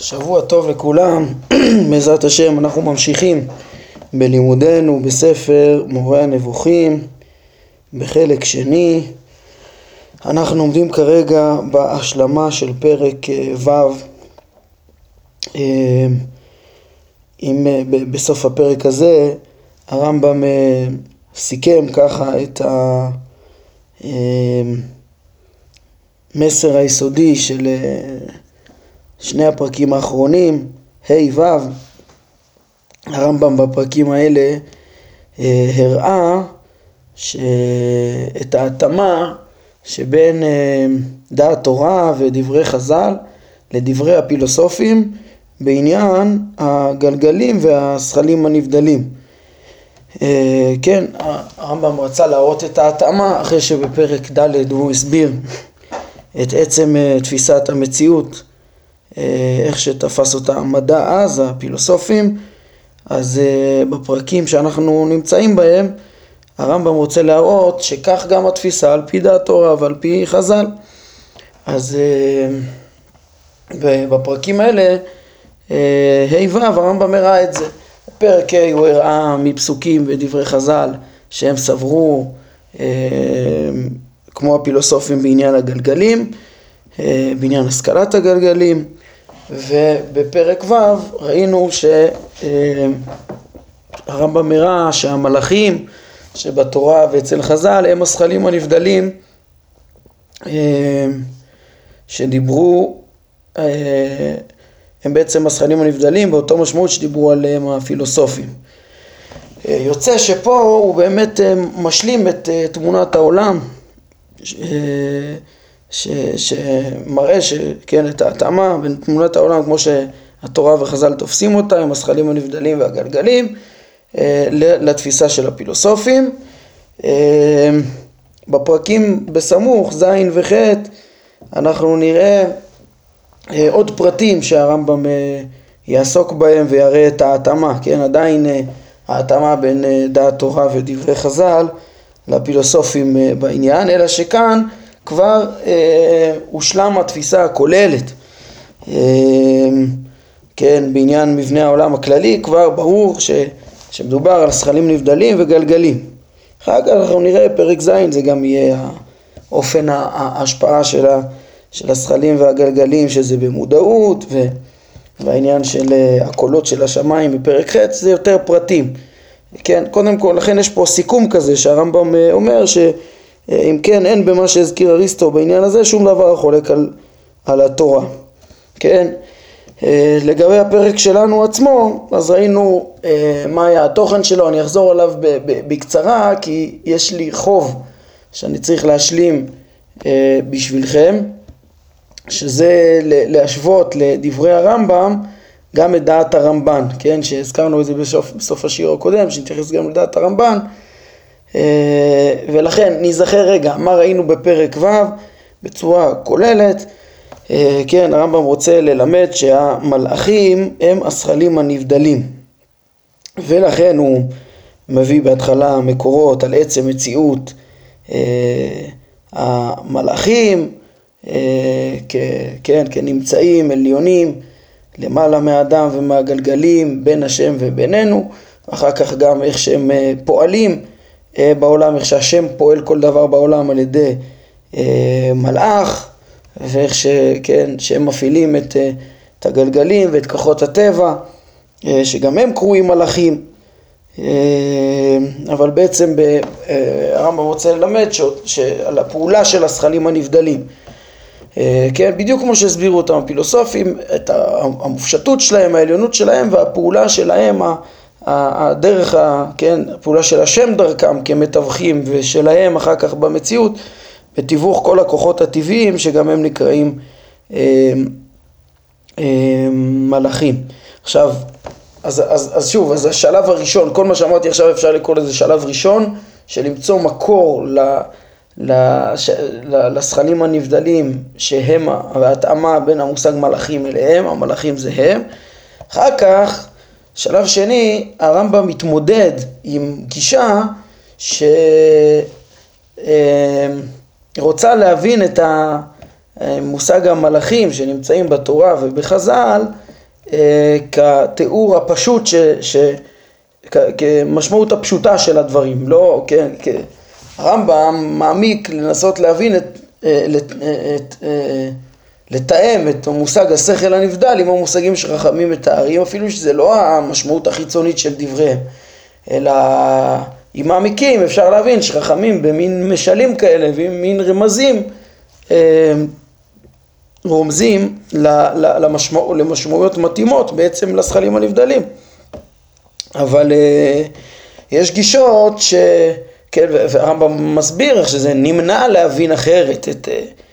שבוע טוב לכולם. בעזרת השם אנחנו ממשיכים בלימודנו בספר מורה הנבוכים בחלק שני. אנחנו עומדים כרגע בהשלמה של פרק ו'. בסוף הפרק הזה הרמב"ם סיכם ככה את המסר היסודי של שני הפרקים האחרונים, ה' ו'. הרמב"ם בפרקים האלה הראה את ההתאמה שבין דעת תורה ודברי חז"ל לדברי הפילוסופים בעניין הגלגלים והשכלים הנבדלים. כן, הרמב"ם רצה להראות את ההתאמה אחרי שבפרק ד' הוא הסביר את עצם תפיסת המציאות, איך שתפס אותה המדע אז, הפילוסופים. אז בפרקים שאנחנו נמצאים בהם הרמב"ם רוצה להראות שכך גם התפיסה על פי דעת תורה ועל פי חז"ל. אז בפרקים האלה ה' ו' הרמב"ם הראה את זה. בפרק ה' הוא הראה מפסוקים ודברי חז"ל שהם סברו כמו הפילוסופים בעניין הגלגלים, בעניין השכלת הגלגלים. ובפרק ו' ראינו שהרמב"ם הראה שהמלאכים שבתורה ואצל חז"ל הם השכלים הנבדלים שדיברו, הם בעצם השכלים הנבדלים באותו משמעות שדיברו עליהם הפילוסופים. יוצא שפה הוא באמת משלים את תמונת העולם שמראה שכן את ההתאמה בין תמונת העולם כמו שהתורה וחז"ל תופסים אותה עם השכלים הנבדלים והגלגלים לתפיסה של הפילוסופים. בפרקים בסמוך ז' וח' אנחנו נראה עוד פרטים שהרמב"ם יעסוק בהם ויראה את ההתאמה, כן, עדיין ההתאמה בין דעת תורה ודברי חז"ל לפילוסופים בעניין, אלא שכאן כבר הושלם התפיסה הכוללת. כן, בעניין מבנה העולם הכללי כבר ברור שמדובר על שכלים נבדלים וגלגלים. אחר כך אנחנו נראה פרק ז' זה גם יהיה אופן ההשפעה של השכלים והגלגלים, שזה במודעות, והעניין של הקולות של השמיים בפרק ח' זה יותר פרטים. כן, קודם כל, לכן יש פה סיכום כזה שהרמב"ם אומר שאם כן אין במה שהזכיר אריסטו בעניין הזה שום דבר חולק על התורה. כן, לגבי הפרק שלנו עצמו, אז ראינו מה היה התוכן שלו. אני אחזור עליו בקצרה כי יש לי חוב שאני צריך להשלים בשבילכם, שזה להשוות לדברי הרמב"ם גם את דעת הרמב"ן, כן, שהזכרנו את זה בסוף השיר הקודם, שנתייחס גם לדעת הרמב"ן. ולכן נזכר רגע מה ראינו בפרק ו' בצורה כוללת. כן, הרמב"ם רוצה ללמד שהמלאכים הם השכלים הנבדלים, ולכן הוא מביא בהתחלה מקורות על עצם מציאות המלאכים כן, כנמצאים עליונים למעלה מהאדם ומהגלגלים, בין השם ובינינו. אחר כך גם איך שהם פועלים בעולם, איך שהשם פועל כל דבר בעולם על ידי מלאך, ואיך שהם מפעילים את הגלגלים ואת כוחות הטבע שגם הם קרויים מלאכים. אבל בעצם הרמב"ם רוצה ללמד על הפעולה של השכלים הנבדלים, כן, בדיוק כמו שהסבירו אותם הפילוסופים, את המופשטות שלהם, העליונות שלהם והפעולה שלהם, הדרך, כן, הפעולה של השם דרכם כמתווכים, ושלהם אחר כך במציאות בתיווך כל הכוחות הטבעיים שגם הם נקראים מלאכים. עכשיו, אז שוב, אז השלב הראשון, כל מה שאמרתי עכשיו אפשר לקרוא לזה שלב ראשון של למצוא מקור לשכלים הנבדלים, שהם ההתאמה בין המושג מלאכים אליהם, המלאכים זה הם. אחר כך, שלב שני, הרמב"ם מתמודד עם גישה שרוצה להבין את המושג המלאכים שנמצאים בתורה ובחז"ל כתיאור הפשוט, כמשמעות הפשוטה של הדברים, לא, כן, הרמב"ם מעמיק לנסות להבין לתאם את המושג השכל הנבדל עם המושגים שחכמים מתארים, אפילו שזה לא המשמעות החיצונית של דבריהם, אלא עם מעמיקים אפשר להבין שחכמים במין משלים כאלה ומין רמזים רומזים למשמעויות מתאימות בעצם לשכלים הנבדלים. אבל יש גישות כן, והרמב"ם מסביר איך שזה נמנע להבין אחרת את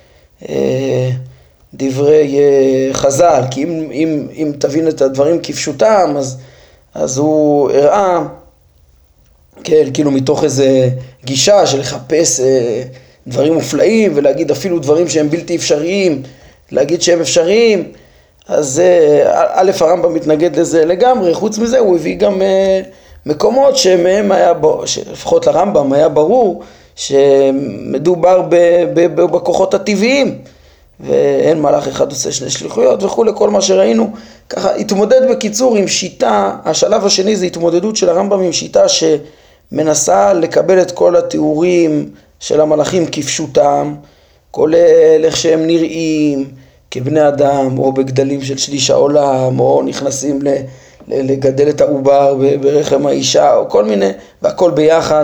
דברי חז"ל, כי אם תבין את הדברים כפשוטם, אז הוא הראה, כן, כאילו מתוך איזה גישה של לחפש דברים מופלאים ולהגיד אפילו דברים שהם בלתי אפשריים, להגיד שהם אפשריים, אז א' הרמב"ם מתנגד לזה לגמרי. חוץ מזה הוא הביא גם מקומות שמהם היה, לפחות לרמב"ם היה ברור שמדובר בכוחות הטבעיים, ואין מלאך אחד עושה שני שליחויות וכו', לכל מה שראינו. ככה התמודד בקיצור עם שיטה, השלב השני זה התמודדות של הרמב"ם עם שיטה שמנסה לקבל את כל התיאורים של המלאכים כפשוטם, כולל איך שהם נראים כבני אדם, או בגדלים של שליש העולם, או נכנסים לגדל את העובר ברחם האישה, או כל מיני, והכל ביחד.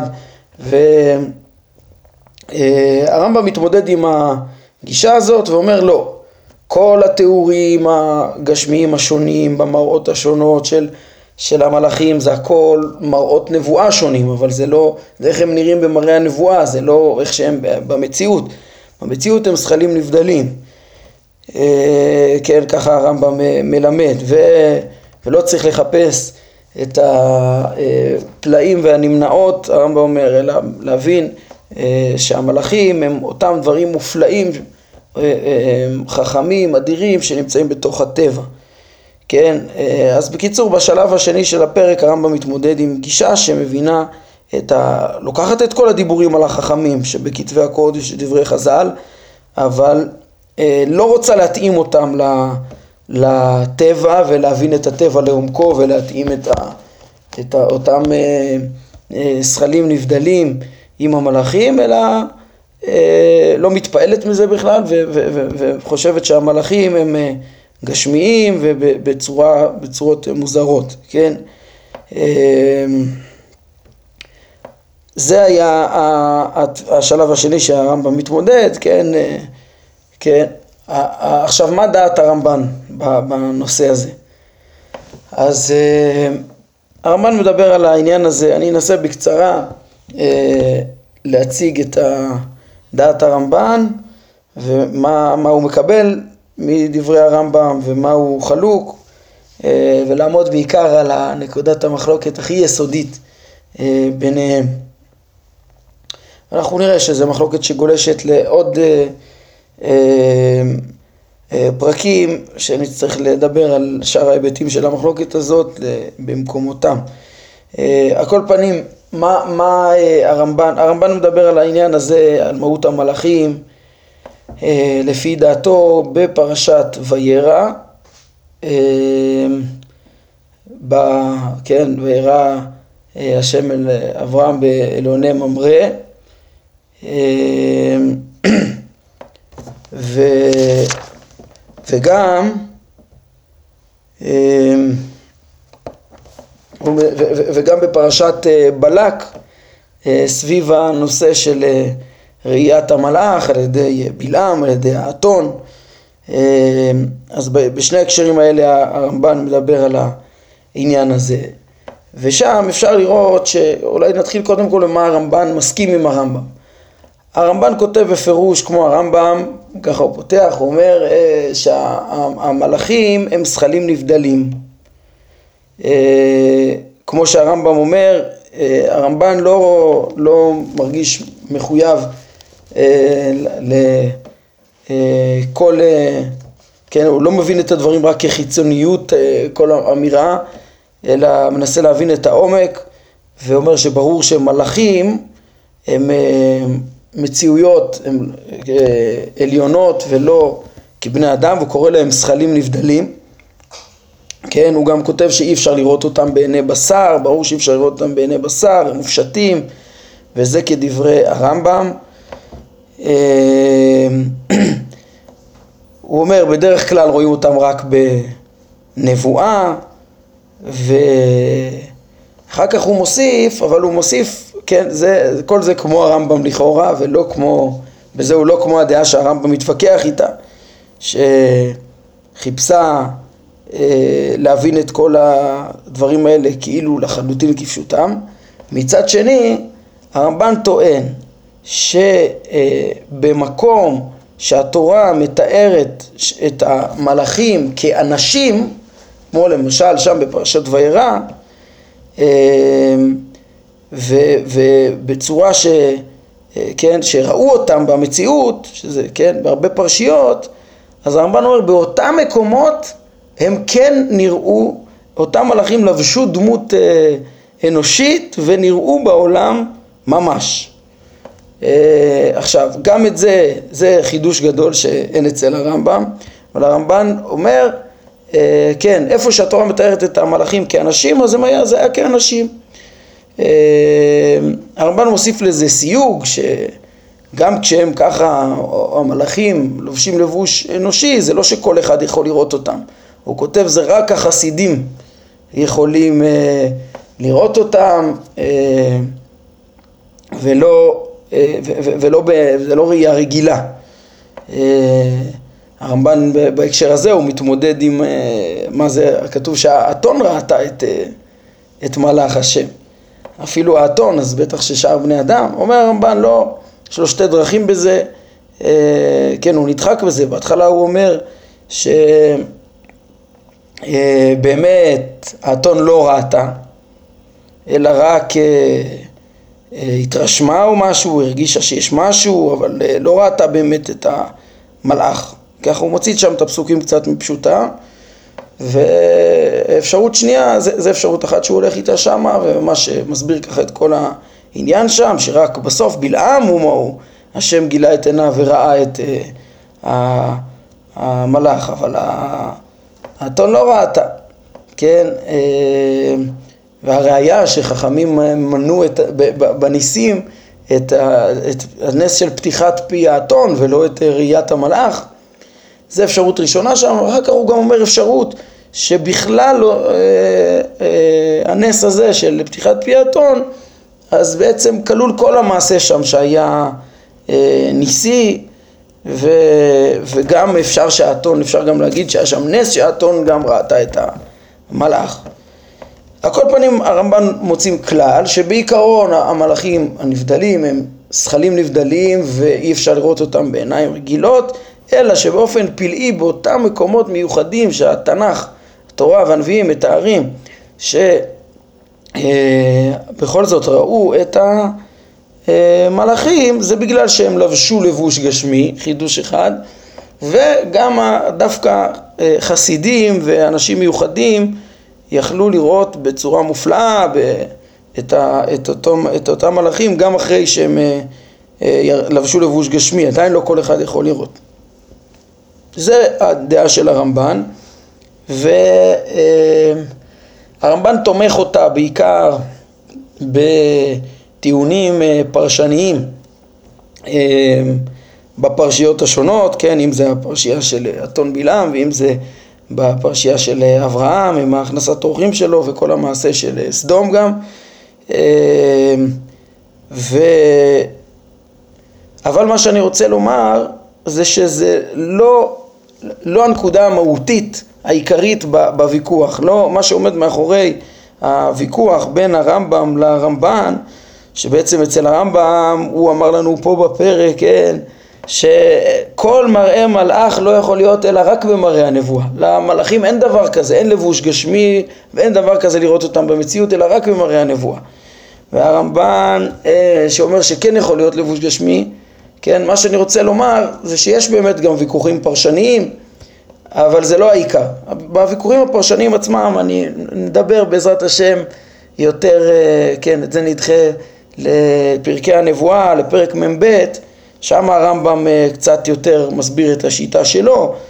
והרמב"ם מתמודד עם הגישה הזאת ואומר לא, כל התיאורים הגשמיים השונים במראות השונות של המלאכים זה הכל מראות נבואה שונים, אבל זה לא, זה איך הם נראים במראה הנבואה, זה לא איך שהם במציאות. במציאות הם שכלים נבדלים. כן, ככה הרמב"ם מלמד, ולא צריך לחפש את הפלאים והנמנעות, הרמב"ם אומר, אלא להבין שהמלאכים הם אותם דברים מופלאים, חכמים, אדירים, שנמצאים בתוך הטבע. כן, אז בקיצור, בשלב השני של הפרק הרמב"ם מתמודד עם גישה שמבינה לוקחת את כל הדיבורים על החכמים שבכתבי הקודש דברי חז"ל, אבל לא רוצה להתאים אותם לטבע ולהבין את הטבע לעומקו ולהתאים את אותם שכלים נבדלים עם המלאכים, אלא לא מתפעלת מזה בכלל וחושבת שהמלאכים הם גשמיים ובצורות מוזרות, כן? זה היה השלב השני שהרמב"ם מתמודד, כן? כן. עכשיו, מה דעת הרמב"ן בנושא הזה? אז הרמב"ן מדבר על העניין הזה, אני אנסה בקצרה להציג את דעת הרמב"ן ומה הוא מקבל מדברי הרמב"ם ומה הוא חלוק, ולעמוד בעיקר על נקודת המחלוקת הכי יסודית ביניהם. אנחנו נראה שזה מחלוקת שגולשת לעוד פרקים שנצטרך לדבר על שאר ההיבטים של המחלוקת הזאת במקומותם. על כל פנים, מה הרמב"ן מדבר על העניין הזה, על מהות המלאכים, לפי דעתו בפרשת וירא, כן, וירא השם אל אברהם באלוני ממרא, וגם בפרשת בלק, סביב הנושא של ראיית המלאך על ידי בלעם, על ידי האתון. אז בשני הקשרים האלה הרמב"ן מדבר על העניין הזה, ושם אפשר לראות שאולי נתחיל קודם כל למה הרמב"ן מסכים עם הרמב"ם. הרמב"ן כותב בפירוש כמו הרמב"ם, ככה הוא פותח, הוא אומר שהמלאכים הם שכלים נבדלים. כמו שהרמב"ם אומר, הרמב"ן לא מרגיש מחויב לכל, כן, הוא לא מבין את הדברים רק כחיצוניות כל אמירה, אלא מנסה להבין את העומק, ואומר שברור שמלאכים הם מציאויות, הם עליונות ולא כבני אדם, וקורא להם שכלים נבדלים. כן, הוא גם כותב שאי אפשר לראות אותם בעיני בשר, ברור שאי אפשר לראות אותם בעיני בשר, הם מופשטים, וזה כדברי הרמב"ם. הוא אומר, בדרך כלל רואים אותם רק בנבואה, ואחר כך הוא מוסיף, אבל הוא מוסיף, כן, כל זה כמו הרמב"ם לכאורה, ולא כמו, בזה הוא לא כמו הדעה שהרמב"ם מתווכח איתה, שחיפשה להבין את כל הדברים האלה כאילו לחלוטין כפשוטם. מצד שני, הרמב"ן טוען שבמקום שהתורה מתארת את המלאכים כאנשים, כמו למשל שם בפרשת וירא, ובצורה כן, שראו אותם במציאות, שזה כן, בהרבה פרשיות, אז הרמב"ן אומר, באותם מקומות הם כן נראו, אותם מלאכים לבשו דמות אנושית ונראו בעולם ממש. עכשיו, גם את זה חידוש גדול שאין אצל הרמב"ם, אבל הרמב"ן אומר, כן, איפה שהתורה מתארת את המלאכים כאנשים, אז זה היה כאנשים. הרמב"ן מוסיף לזה סיוג, שגם כשהם ככה, המלאכים לובשים לבוש אנושי, זה לא שכל אחד יכול לראות אותם. הוא כותב, זה רק החסידים יכולים לראות אותם, ולא ראייה רגילה. הרמב"ן בהקשר הזה הוא מתמודד עם מה זה, כתוב שהאתון ראתה את מלאך השם. אפילו האתון, אז בטח ששאר בני אדם. אומר הרמב"ן, לא, יש לו שתי דרכים בזה, כן, הוא נדחק בזה. בהתחלה הוא אומר באמת האתון לא ראתה, אלא רק התרשמה או משהו, הרגישה שיש משהו, אבל לא ראתה באמת את המלאך. ככה הוא מוציא שם את הפסוקים קצת מפשוטה, ואפשרות שנייה, זה אפשרות אחת שהוא הולך איתה שמה, וממש מסביר ככה את כל העניין שם, שרק בסוף בלעם הוא השם גילה את עיניו וראה את המלאך, אבל האתון לא ראתה, כן, והראיה שחכמים מנו בניסים את הנס של פתיחת פי האתון ולא את ראיית המלאך, זה אפשרות ראשונה שם. אחר כך הוא גם אומר אפשרות שבכלל הנס הזה של פתיחת פי האתון, אז בעצם כלול כל המעשה שם שהיה ניסי, וגם אפשר שהאתון, אפשר גם להגיד שהיה שם נס שהאתון גם ראתה את המלאך. על כל פנים הרמב"ן מוצאים כלל שבעיקרון המלאכים הנבדלים הם שכלים נבדלים ואי אפשר לראות אותם בעיניים רגילות, אלא שבאופן פלאי באותם מקומות מיוחדים שהתנ"ך, התורה והנביאים מתארים שבכל זאת ראו את המלאכים, זה בגלל שהם לבשו לבוש גשמי, חידוש אחד, וגם דווקא חסידים ואנשים מיוחדים יכלו לראות בצורה מופלאה את אותם מלאכים גם אחרי שהם לבשו לבוש גשמי, עדיין לא כל אחד יכול לראות. זה הדעה של הרמב"ן, והרמב"ן תומך אותה בעיקר בטיעונים פרשניים בפרשיות השונות, כן, אם זה הפרשייה של אתון בלעם, ואם זה בפרשייה של אברהם עם הכנסת אורחים שלו וכל המעשה של סדום גם, אבל מה שאני רוצה לומר זה שזה לא הנקודה המהותית העיקרית בוויכוח, לא מה שעומד מאחורי הוויכוח בין הרמב"ם לרמב"ן, שבעצם אצל הרמב"ם הוא אמר לנו פה בפרק, כן, שכל מראה מלאך לא יכול להיות אלא רק במראה הנבואה. למלאכים אין דבר כזה, אין לבוש גשמי ואין דבר כזה לראות אותם במציאות אלא רק במראה הנבואה. והרמב"ן שאומר שכן יכול להיות לבוש גשמי, כן, מה שאני רוצה לומר זה שיש באמת גם ויכוחים פרשניים, אבל זה לא העיקר. בוויכוחים הפרשניים עצמם אני נדבר בעזרת השם יותר, כן, את זה נדחה לפרקי הנבואה, לפרק מ"ב, שם הרמב"ם קצת יותר מסביר את השיטה שלו,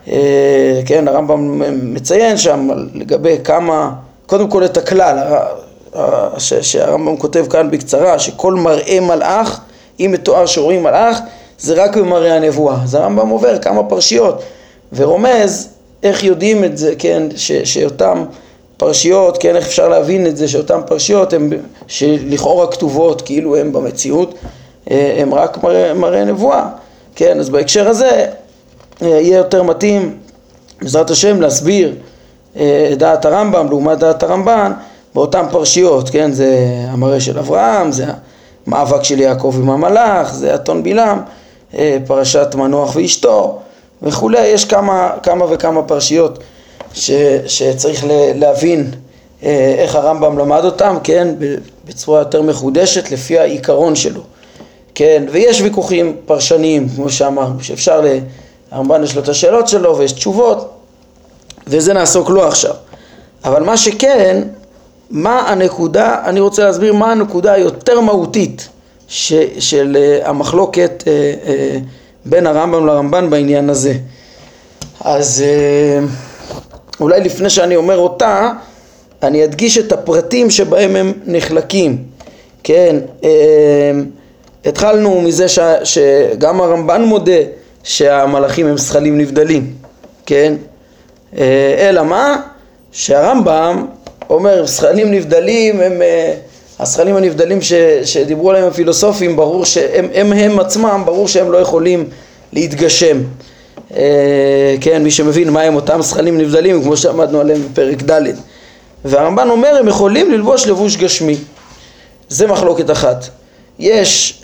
כן, הרמב"ם מציין שם לגבי כמה, קודם כל את הכלל, שהרמב"ם כותב כאן בקצרה, שכל מראה מלאך, אם מתואר שרואים מלאך, זה רק במראה הנבואה. אז הרמב"ם עובר כמה פרשיות ורומז איך יודעים את זה, כן, שאותם פרשיות, כן, איך אפשר להבין את זה, שאותם פרשיות הם שלכאורה כתובות כאילו הם במציאות, הם רק מראה נבואה. כן, אז בהקשר הזה יהיה יותר מתאים בעזרת השם להסביר דעת הרמב"ם לעומת דעת הרמב"ן באותם פרשיות, כן, זה המראה של אברהם, זה המאבק של יעקב עם המלאך, זה אתון בלעם, פרשת מנוח ואשתו וכולי. יש כמה וכמה פרשיות שצריך להבין איך הרמב"ם למד אותם, כן, בצורה יותר מחודשת לפי העיקרון שלו. כן, ויש ויכוחים פרשניים, כמו שאמרנו, שאפשר הרמב"ן יש לו את השאלות שלו ויש תשובות, וזה נעסוק לו עכשיו. אבל מה שכן, מה הנקודה, אני רוצה להסביר מה הנקודה היותר מהותית של המחלוקת בין הרמב"ם לרמב"ן בעניין הזה. אז אולי לפני שאני אומר אותה, אני אדגיש את הפרטים שבהם הם נחלקים. כן, התחלנו מזה שגם הרמב"ן מודה שהמלאכים הם שכלים נבדלים, כן? אלא מה? שהרמב"ם אומר שכלים נבדלים הם השכלים הנבדלים שדיברו עליהם הפילוסופים, ברור שהם עצמם, ברור שהם לא יכולים להתגשם. כן, מי שמבין מה הם אותם שכלים נבדלים, כמו שעמדנו עליהם בפרק ד'. והרמב"ן אומר הם יכולים ללבוש לבוש גשמי. זה מחלוקת אחת. יש,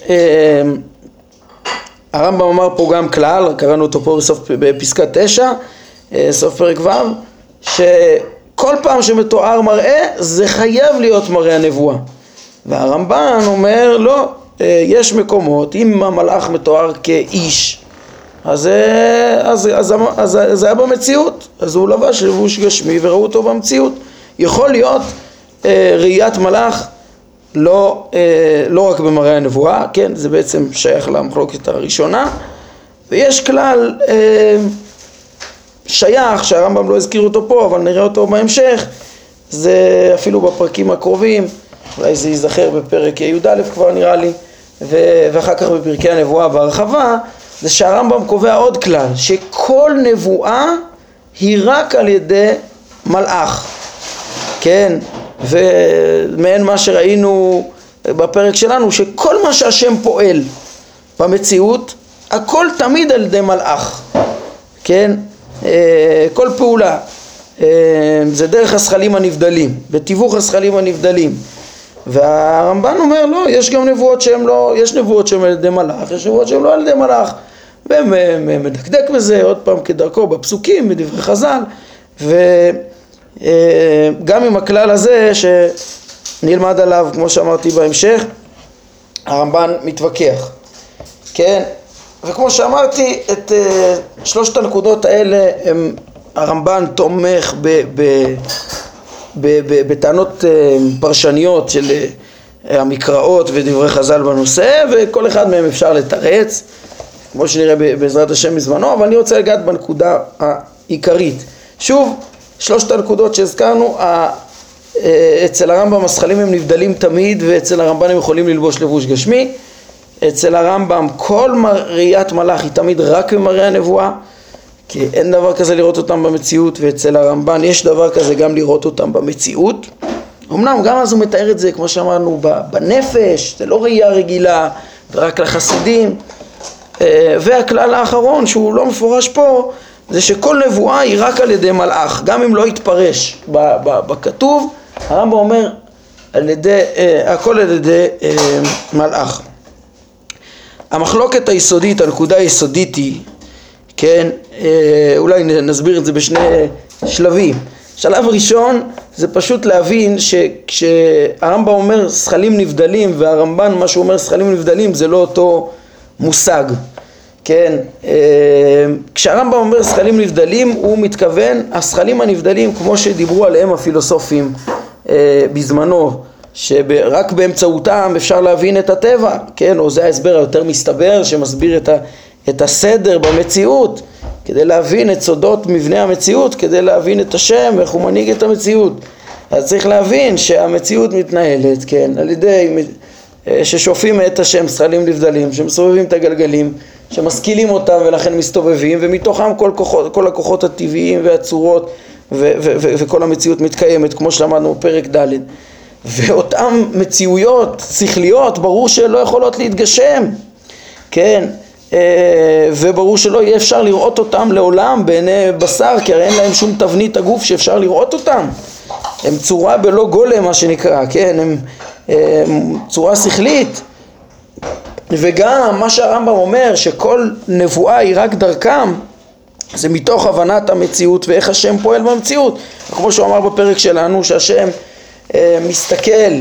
הרמב"ם אמר פה גם כלל, קראנו אותו פה בפסקה 9, סוף פרק ו', שכל פעם שמתואר מראה זה חייב להיות מראה הנבואה. והרמב"ן אומר לא, יש מקומות, אם המלאך מתואר כאיש, אז זה היה במציאות, אז הוא לבש לבוש גשמי וראו אותו במציאות. יכול להיות ראיית מלאך לא רק במראה הנבואה, כן, זה בעצם שייך למחלוקת הראשונה. ויש כלל שייך שהרמב"ם לא הזכיר אותו פה, אבל נראה אותו בהמשך, זה אפילו בפרקים הקרובים, אולי זה ייזכר בפרק י"א כבר נראה לי, ואחר כך בפרקי הנבואה בהרחבה, זה שהרמב"ם קובע עוד כלל, שכל נבואה היא רק על ידי מלאך, כן, ומעין מה שראינו בפרק שלנו, שכל מה שהשם פועל במציאות, הכל תמיד על ידי מלאך, כן, כל פעולה, זה דרך השכלים הנבדלים, בתיווך השכלים הנבדלים. והרמב"ן אומר לא, יש גם נבואות שהן לא, יש נבואות שהן על ידי מלאך, יש נבואות שהן לא על ידי מלאך, ומדקדק בזה עוד פעם כדרכו בפסוקים, בדברי חז"ל. וגם עם הכלל הזה שנלמד עליו, כמו שאמרתי בהמשך, הרמב"ן מתווכח, כן? וכמו שאמרתי, את שלושת הנקודות האלה הרמב"ן תומך בטענות פרשניות של המקראות ודברי חז"ל בנושא, וכל אחד מהם אפשר לתרץ, כמו שנראה בעזרת השם מזמנו, אבל אני רוצה לגעת בנקודה העיקרית. שוב, שלושת הנקודות שהזכרנו, אצל הרמב"ם השכלים הם נבדלים תמיד, ואצל הרמב"ן הם יכולים ללבוש לבוש גשמי. אצל הרמב"ם כל ראיית מלאך היא תמיד רק במראה הנבואה, כי אין דבר כזה לראות אותם במציאות, ואצל הרמב"ן יש דבר כזה גם לראות אותם במציאות. אמנם גם אז הוא מתאר את זה, כמו שאמרנו, בנפש, זה לא ראייה רגילה, ורק לחסידים. והכלל האחרון, שהוא לא מפורש פה, זה שכל נבואה היא רק על ידי מלאך, גם אם לא יתפרש בכתוב, הרמב"ם אומר, הכל על ידי מלאך. המחלוקת היסודית, הנקודה היסודית היא, כן, אולי נסביר את זה בשני שלבים. שלב ראשון זה פשוט להבין שכשהרמב"ם אומר שכלים נבדלים והרמב"ן מה שהוא אומר שכלים נבדלים זה לא אותו מושג, כן. כשהרמב"ם אומר שכלים נבדלים הוא מתכוון השכלים הנבדלים כמו שדיברו עליהם הפילוסופים בזמנו, שרק באמצעותם אפשר להבין את הטבע, כן, או זה ההסבר היותר מסתבר שמסביר את הסדר במציאות, כדי להבין את סודות מבנה המציאות, כדי להבין את השם, איך הוא מנהיג את המציאות. אז צריך להבין שהמציאות מתנהלת, כן, על ידי ששופים את השם שכלים נבדלים, שמסובבים את הגלגלים, שמשכילים אותם ולכן מסתובבים, ומתוכם כל הכוחות הטבעיים והצורות וכל המציאות מתקיימת, כמו שלמדנו בפרק ד'. ואותן מציאויות שכליות ברור שלא יכולות להתגשם, כן, וברור שלא יהיה אפשר לראות אותם לעולם בעיני בשר, כי הרי אין להם שום תבנית הגוף שאפשר לראות אותם. הם צורה בלא גולם, מה שנקרא, כן, הם צורה שכלית. וגם מה שהרמב"ם אומר, שכל נבואה היא רק דרכם, זה מתוך הבנת המציאות ואיך השם פועל במציאות. כמו שהוא אמר בפרק שלנו, שהשם מסתכל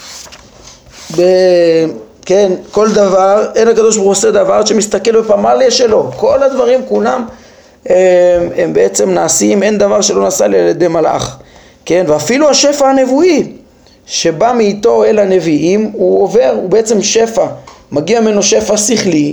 כן, כל דבר, אין הקדוש ברוך הוא עושה דבר שמסתכל בפמליה שלו. כל הדברים כולם הם בעצם נעשים, אין דבר שלא נעשה על ידי מלאך. כן, ואפילו השפע הנבואי שבא מאיתו אל הנביאים, הוא עובר, הוא בעצם שפע, מגיע ממנו שפע שכלי,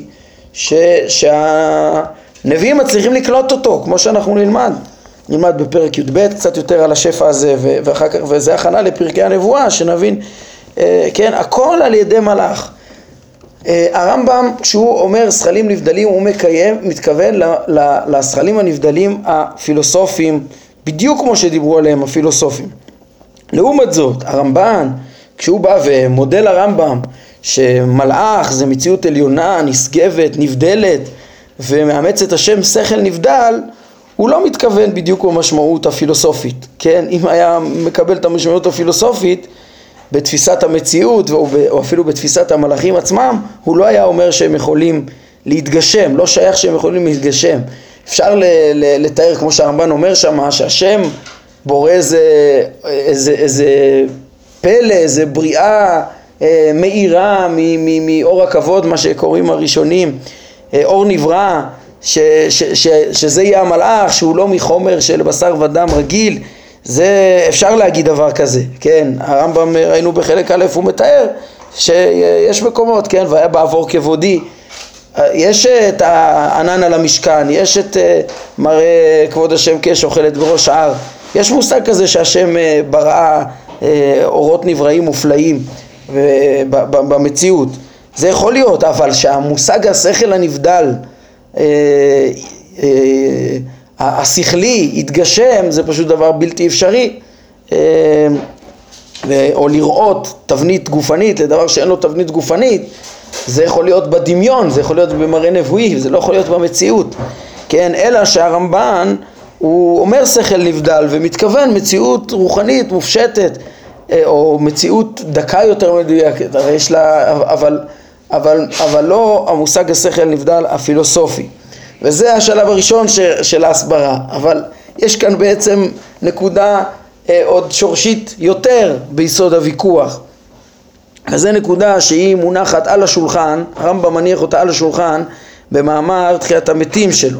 שהנביאים מצליחים לקלוט אותו, כמו שאנחנו נלמד בפרק י"ב קצת יותר על השפע הזה, ואחר כך, וזה הכנה לפרקי הנבואה, שנבין, כן, הכל על ידי מלאך. הרמב"ם, כשהוא אומר שכלים נבדלים, הוא מתכוון לשכלים הנבדלים הפילוסופיים, בדיוק כמו שדיברו עליהם הפילוסופים. לעומת זאת, הרמב"ן, כשהוא בא ומודל הרמב"ם שמלאך זה מציאות עליונה, נשגבת, נבדלת, ומאמץ את השם שכל נבדל, הוא לא מתכוון בדיוק במשמעות הפילוסופית. כן? אם היה מקבל את המשמעות הפילוסופית בתפיסת המציאות או אפילו בתפיסת המלאכים עצמם, הוא לא היה אומר שהם יכולים להתגשם, לא שייך שהם יכולים להתגשם. אפשר לתאר, כמו שהרמב"ן אומר שם, שהשם בורא איזה פלא, איזה בריאה מאירה מאור הכבוד, מה שקוראים הראשונים, אור נברא, שזה יהיה המלאך, שהוא לא מחומר של בשר ודם רגיל. זה אפשר להגיד דבר כזה, כן? הרמב"ם ראינו בחלק א' הוא מתאר שיש מקומות, כן? והיה בעבור כבודי, יש את הענן על המשכן, יש את מראה כבוד השם כשאוכלת בראש ההר. יש מושג כזה שהשם ברא אורות נבראים מופלאים במציאות. זה יכול להיות, אבל שהמושג השכל הנבדל השכלי יתגשם, זה פשוט דבר בלתי אפשרי. או לראות תבנית גופנית לדבר שאין לו תבנית גופנית, זה יכול להיות בדמיון, זה יכול להיות במראה נבואי, זה לא יכול להיות במציאות. כן, אלא שהרמב"ן הוא אומר שכל נבדל ומתכוון מציאות רוחנית מופשטת, או מציאות דקה יותר מדויקת, הרי יש לה, אבל לא המושג השכל נבדל הפילוסופי. וזה השלב הראשון של ההסברה, אבל יש כאן בעצם נקודה עוד שורשית יותר ביסוד הוויכוח. אז זו נקודה שהיא מונחת על השולחן, הרמב"ם מניח אותה על השולחן במאמר תחיית המתים שלו.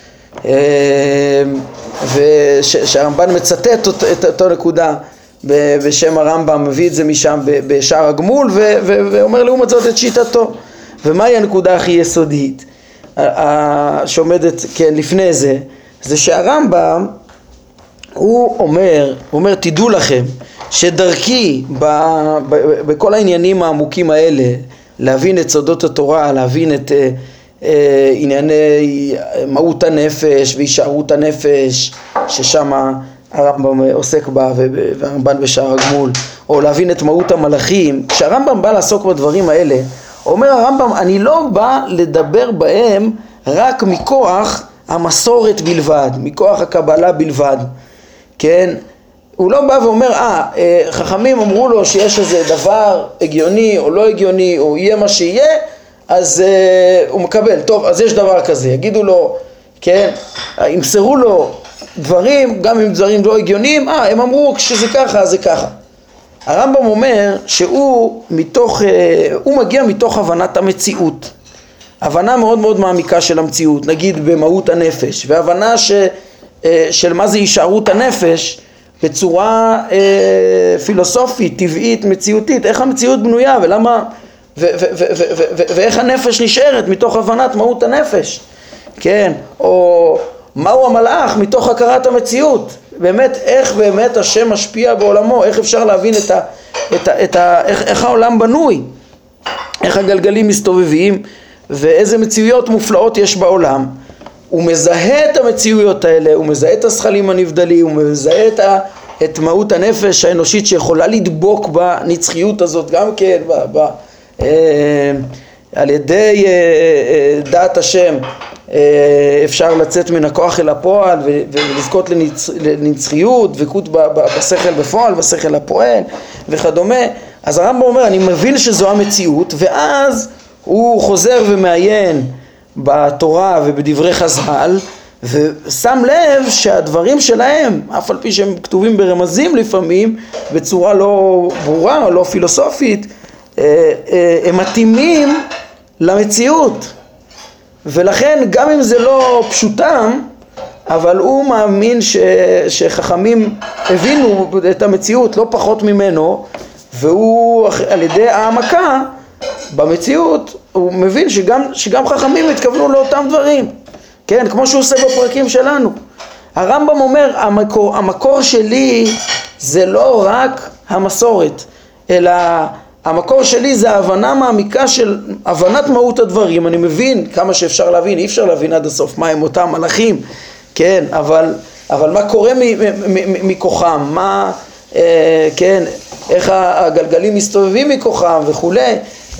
ושהרמב"ן מצטט את אותו נקודה בשם הרמב"ם, מביא את זה משם בשער הגמול ואומר לעומת זאת את שיטתו. ומהי הנקודה הכי יסודית שעומדת כן לפני זה? זה שהרמב"ם הוא אומר תדעו לכם שדרכי בכל העניינים העמוקים האלה, להבין את סודות התורה, להבין את ענייני מהות הנפש והישארות הנפש, ששם הרמב"ם עוסק בה והרמב"ן בשער הגמול, או להבין את מהות המלאכים. כשהרמב"ם בא לעסוק בדברים האלה, אומר הרמב"ם, אני לא בא לדבר בהם רק מכוח המסורת בלבד, מכוח הקבלה בלבד, כן? הוא לא בא ואומר, חכמים אמרו לו שיש איזה דבר הגיוני או לא הגיוני, או יהיה מה שיהיה, אז הוא מקבל, טוב, אז יש דבר כזה, יגידו לו, כן, ימסרו לו דברים, גם אם דברים לא הגיוניים, הם אמרו שזה ככה, אז זה ככה. הרמב"ם אומר שהוא מגיע מתוך הבנת המציאות, הבנה מאוד מאוד מעמיקה של המציאות, נגיד במהות הנפש, והבנה של מה זה הישארות הנפש בצורה פילוסופית, טבעית, מציאותית, איך המציאות בנויה ולמה ואיך הנפש נשארת מתוך הבנת מהות הנפש, כן, או מהו המלאך מתוך הכרת המציאות, באמת איך באמת השם משפיע בעולמו, איך אפשר להבין איך העולם בנוי, איך הגלגלים מסתובבים ואיזה מציאויות מופלאות יש בעולם. הוא מזהה את המציאויות האלה, הוא מזהה את השכלים הנבדלים, הוא מזהה את מהות הנפש האנושית שיכולה לדבוק בנצחיות הזאת גם כן, על ידי דעת השם אפשר לצאת מן הכוח אל הפועל ולזכות לנצחיות, דבקות בשכל בפועל, בשכל הפועל וכדומה. אז הרמב"ם אומר, אני מבין שזו המציאות, ואז הוא חוזר ומעיין בתורה ובדברי חז"ל, ושם לב שהדברים שלהם, אף על פי שהם כתובים ברמזים לפעמים, בצורה לא ברורה או לא פילוסופית, הם מתאימים למציאות. ולכן גם אם זה לא פשוטם, אבל הוא מאמין שחכמים הבינו את המציאות לא פחות ממנו, והוא על ידי העמקה במציאות הוא מבין שגם חכמים התכוונו לאותם דברים, כן, כמו שהוא עושה בפרקים שלנו. הרמב"ם אומר, המקור שלי זה לא רק המסורת, אלא המקור שלי זה ההבנה מעמיקה של הבנת מהות הדברים. אני מבין כמה שאפשר להבין, אי אפשר להבין עד הסוף מה הם אותם מלאכים, כן, אבל מה קורה מכוחם, מה, כן, איך הגלגלים מסתובבים מכוחם וכולי,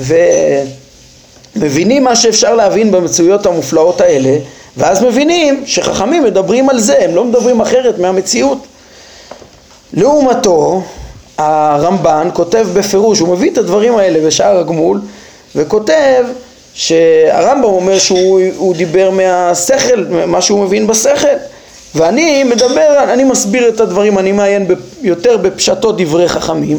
ומבינים מה שאפשר להבין במציאויות המופלאות האלה, ואז מבינים שחכמים מדברים על זה, הם לא מדברים אחרת מהמציאות. לעומתו, הרמב"ן כותב בפירוש, הוא מביא את הדברים האלה בשער הגמול, וכותב שהרמב"ם אומר שהוא דיבר מהשכל, מה שהוא מבין בשכל, ואני מדבר, אני מסביר את הדברים, אני מעיין יותר בפשטות דברי חכמים,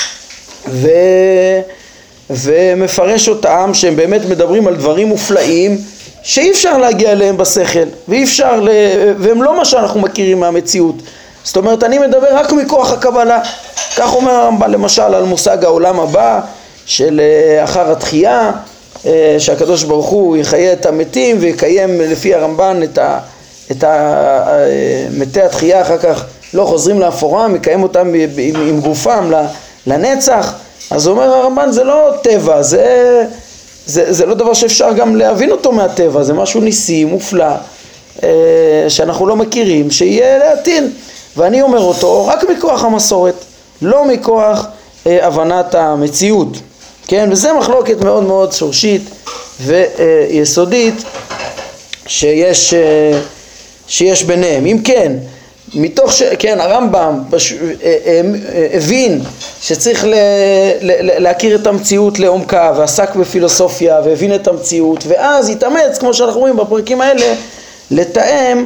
ומפרש אותם שהם באמת מדברים על דברים מופלאים שאי אפשר להגיע אליהם בשכל, והם לא מה שאנחנו מכירים מהמציאות. זאת אומרת, אני מדבר רק מכוח הקבלה. כך אומר הרמב"ן למשל על מושג העולם הבא של אחר התחייה, שהקדוש ברוך הוא יחיה את המתים ויקיים לפי הרמב"ן את מתי התחייה, אחר כך לא חוזרים לאפורם, יקיים אותם עם גופם לנצח. אז אומר הרמב"ן, זה לא טבע, זה לא דבר שאפשר גם להבין אותו מהטבע, זה משהו ניסי, מופלא, שאנחנו לא מכירים, שיהיה לעתין. ואני אומר אותו רק מכוח המסורת, לא מכוח הבנת המציאות, כן? וזה מחלוקת מאוד מאוד שורשית ויסודית שיש ביניהם. אם כן, כן, הרמב"ם הבין שצריך להכיר את המציאות לעומקה, ועסק בפילוסופיה והבין את המציאות, ואז התאמץ, כמו שאנחנו רואים בפרקים האלה, לתאם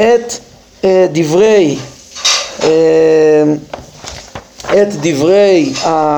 את דברי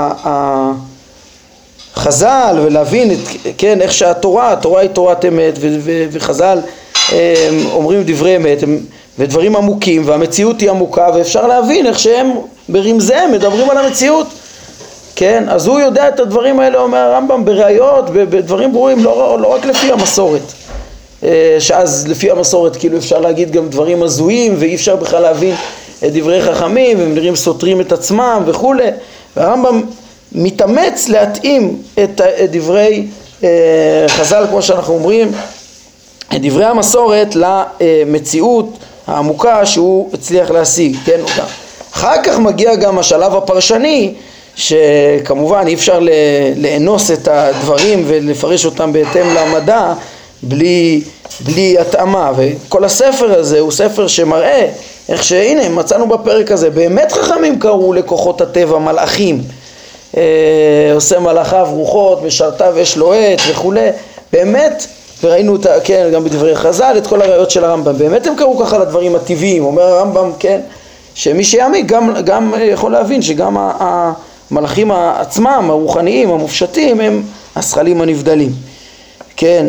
חז"ל, ולהבין כן, איך שהתורה היא תורת אמת, וחז"ל אומרים דברי אמת ודברים עמוקים, והמציאות היא עמוקה, ואפשר להבין איך שהם ברמזיהם מדברים על המציאות, כן? אז הוא יודע את הדברים האלה, אומר הרמב"ם, בראיות, בדברים ברורים, לא רק לפי המסורת, שאז לפי המסורת כאילו אפשר להגיד גם דברים הזויים, ואי אפשר בכלל להבין את דברי חכמים, והם נראים סותרים את עצמם וכו'. והרמב"ם מתאמץ להתאים את דברי חז"ל, כמו שאנחנו אומרים, את דברי המסורת למציאות העמוקה שהוא הצליח להשיג, כן? אחר כך מגיע גם השלב הפרשני, שכמובן אי אפשר לאנוס את הדברים ולפרש אותם בהתאם למדע בלי התאמה, וכל הספר הזה הוא ספר שמראה איך שהנה מצאנו בפרק הזה באמת חכמים קראו לכוחות הטבע מלאכים, עושה מלאכיו רוחות, משרתיו אש לוהט וכו'. באמת, וראינו אותה, כן, גם בדברי חז"ל, את כל הראיות של הרמב"ם, באמת הם קראו ככה לדברים הטבעיים. אומר הרמב"ם, כן, שמי שיעמיק גם יכול להבין שגם המלאכים עצמם, הרוחניים, המופשטים, הם השכלים הנבדלים, כן.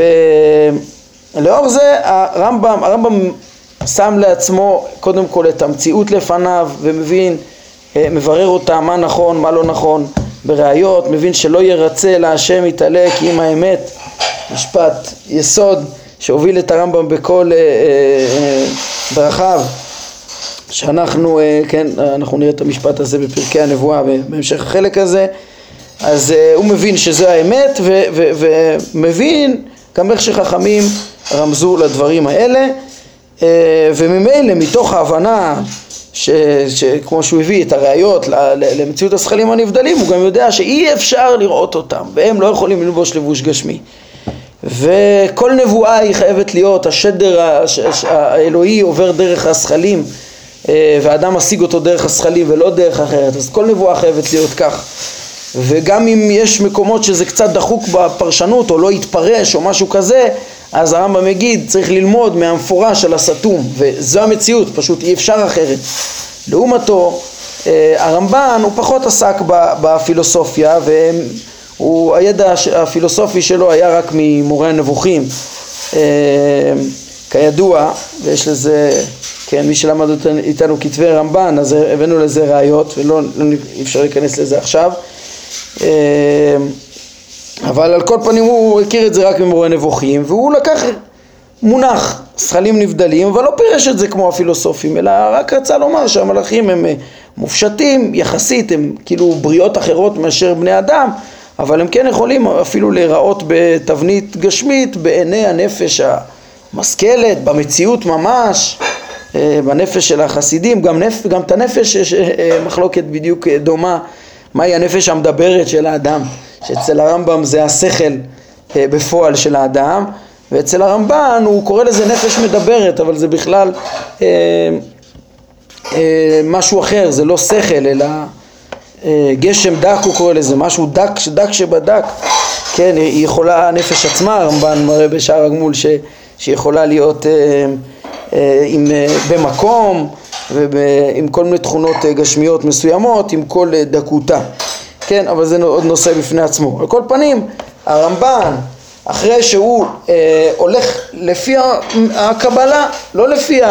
ולאור זה הרמב"ם שם לעצמו קודם כל את המציאות לפניו, ומבין, מברר אותה מה נכון, מה לא נכון בראיות, מבין שלא ירצה להשם יתעלה כי אם האמת, משפט יסוד שהוביל את הרמב"ם בכל דרכיו, שאנחנו, כן, אנחנו נראה את המשפט הזה בפרקי הנבואה בהמשך החלק הזה, אז הוא מבין שזה האמת, ומבין גם איך שחכמים רמזו לדברים האלה, וממילא מתוך ההבנה שכמו שהוא הביא את הראיות למציאות השכלים הנבדלים, הוא גם יודע שאי אפשר לראות אותם, והם לא יכולים ללבוש לבוש גשמי, וכל נבואה היא חייבת להיות, השדר האלוהי עובר דרך השכלים, והאדם משיג אותו דרך השכלים ולא דרך אחרת, אז כל נבואה חייבת להיות כך. וגם אם יש מקומות שזה קצת דחוק בפרשנות או לא יתפרש או משהו כזה, אז הרמב"ם מגיד צריך ללמוד מהמפורש של הסתום, וזו המציאות, פשוט אי אפשר אחרת. לעומתו הרמב"ן הוא פחות עסק בפילוסופיה, והידע הפילוסופי שלו היה רק ממורה הנבוכים, כידוע, ויש לזה, כן, מי שלמד איתנו כתבי רמב"ן, אז הבאנו לזה ראיות, ולא אפשר להיכנס לזה עכשיו. אבל על כל פנים הוא הכיר את זה רק ממורה נבוכים, והוא לקח מונח שכלים נבדלים, אבל לא פירש את זה כמו הפילוסופים, אלא רק רצה לומר שהמלאכים הם מופשטים יחסית, הם כאילו בריות אחרות מאשר בני אדם, אבל הם כן יכולים אפילו להיראות בתבנית גשמית בעיני הנפש המשכלת, במציאות ממש, בנפש של החסידים, גם את הנפש יש מחלוקת בדיוק דומה, מהי הנפש המדברת של האדם, שאצל הרמב"ם זה השכל בפועל של האדם, ואצל הרמב"ן הוא קורא לזה נפש מדברת, אבל זה בכלל משהו אחר, זה לא שכל, אלא גשם דק הוא קורא לזה, משהו דק שבדק, כן, היא יכולה, הנפש עצמה, הרמב"ן מראה בשער הגמול שיכולה להיות במקום, ועם כל מיני תכונות גשמיות מסוימות, עם כל דקותה, כן, אבל זה עוד נושא בפני עצמו. על כל פנים, הרמב"ן, אחרי שהוא הולך לפי הקבלה, לא לפי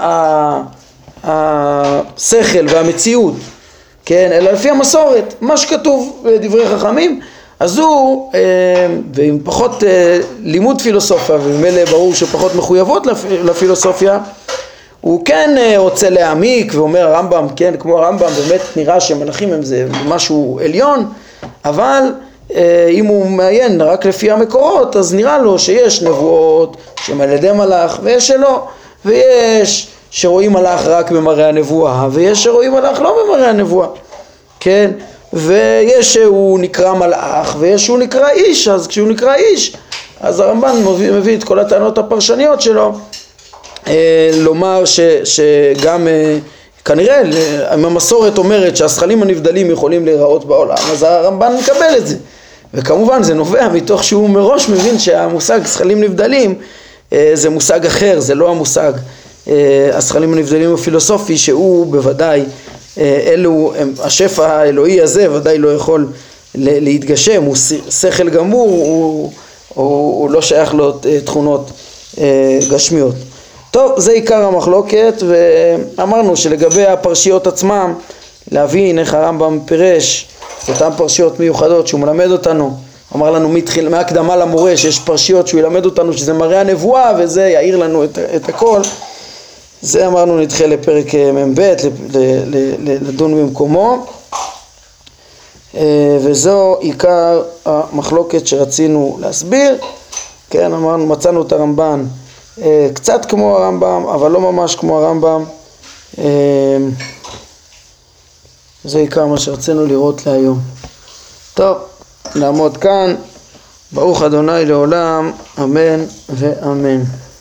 השכל והמציאות, כן, אלא לפי המסורת, מה שכתוב בדברי חכמים, אז הוא, ועם פחות לימוד פילוסופיה, וממילא ברור שפחות מחויבות לפילוסופיה, הוא כן רוצה להעמיק, ואומר הרמב"ם, כן, כמו הרמב"ם, באמת נראה שמלאכים הם זה משהו עליון, אבל אם הוא מעיין רק לפי המקורות, אז נראה לו שיש נבואות שהם על ידי מלאך, ויש שלא, ויש שרואים מלאך רק במראה הנבואה, ויש שרואים מלאך לא במראה הנבואה, כן, ויש שהוא נקרא מלאך, ויש שהוא נקרא איש, אז כשהוא נקרא איש, אז הרמב"ן מביא את כל הטענות הפרשניות שלו, לומר שגם כנראה אם המסורת אומרת שהשכלים הנבדלים יכולים להיראות בעולם, אז הרמב"ן מקבל את זה, וכמובן זה נובע מתוך שהוא מראש מבין שהמושג שכלים נבדלים זה מושג אחר, זה לא המושג השכלים הנבדלים הפילוסופי, שהוא בוודאי אלו, השפע האלוהי הזה ודאי לא יכול להתגשם, הוא שכל גמור, הוא לא שייך לו תכונות גשמיות. טוב, זה עיקר המחלוקת, ואמרנו שלגבי הפרשיות עצמם, להבין איך הרמב"ם פירש אותן פרשיות מיוחדות שהוא מלמד אותנו, אמר לנו מהקדמה למורה שיש פרשיות שהוא ילמד אותנו שזה מראה הנבואה, וזה יאיר לנו את הכל. זה אמרנו נדחה לפרק מ"ב, לדון במקומו, וזו עיקר המחלוקת שרצינו להסביר. כן, אמרנו, מצאנו את הרמב"ן קצת כמו הרמב"ם, אבל לא ממש כמו הרמב"ם. זה עיקר מה שרצינו לראות להיום. טוב, נעמוד כאן. ברוך אדוני לעולם, אמן ואמן.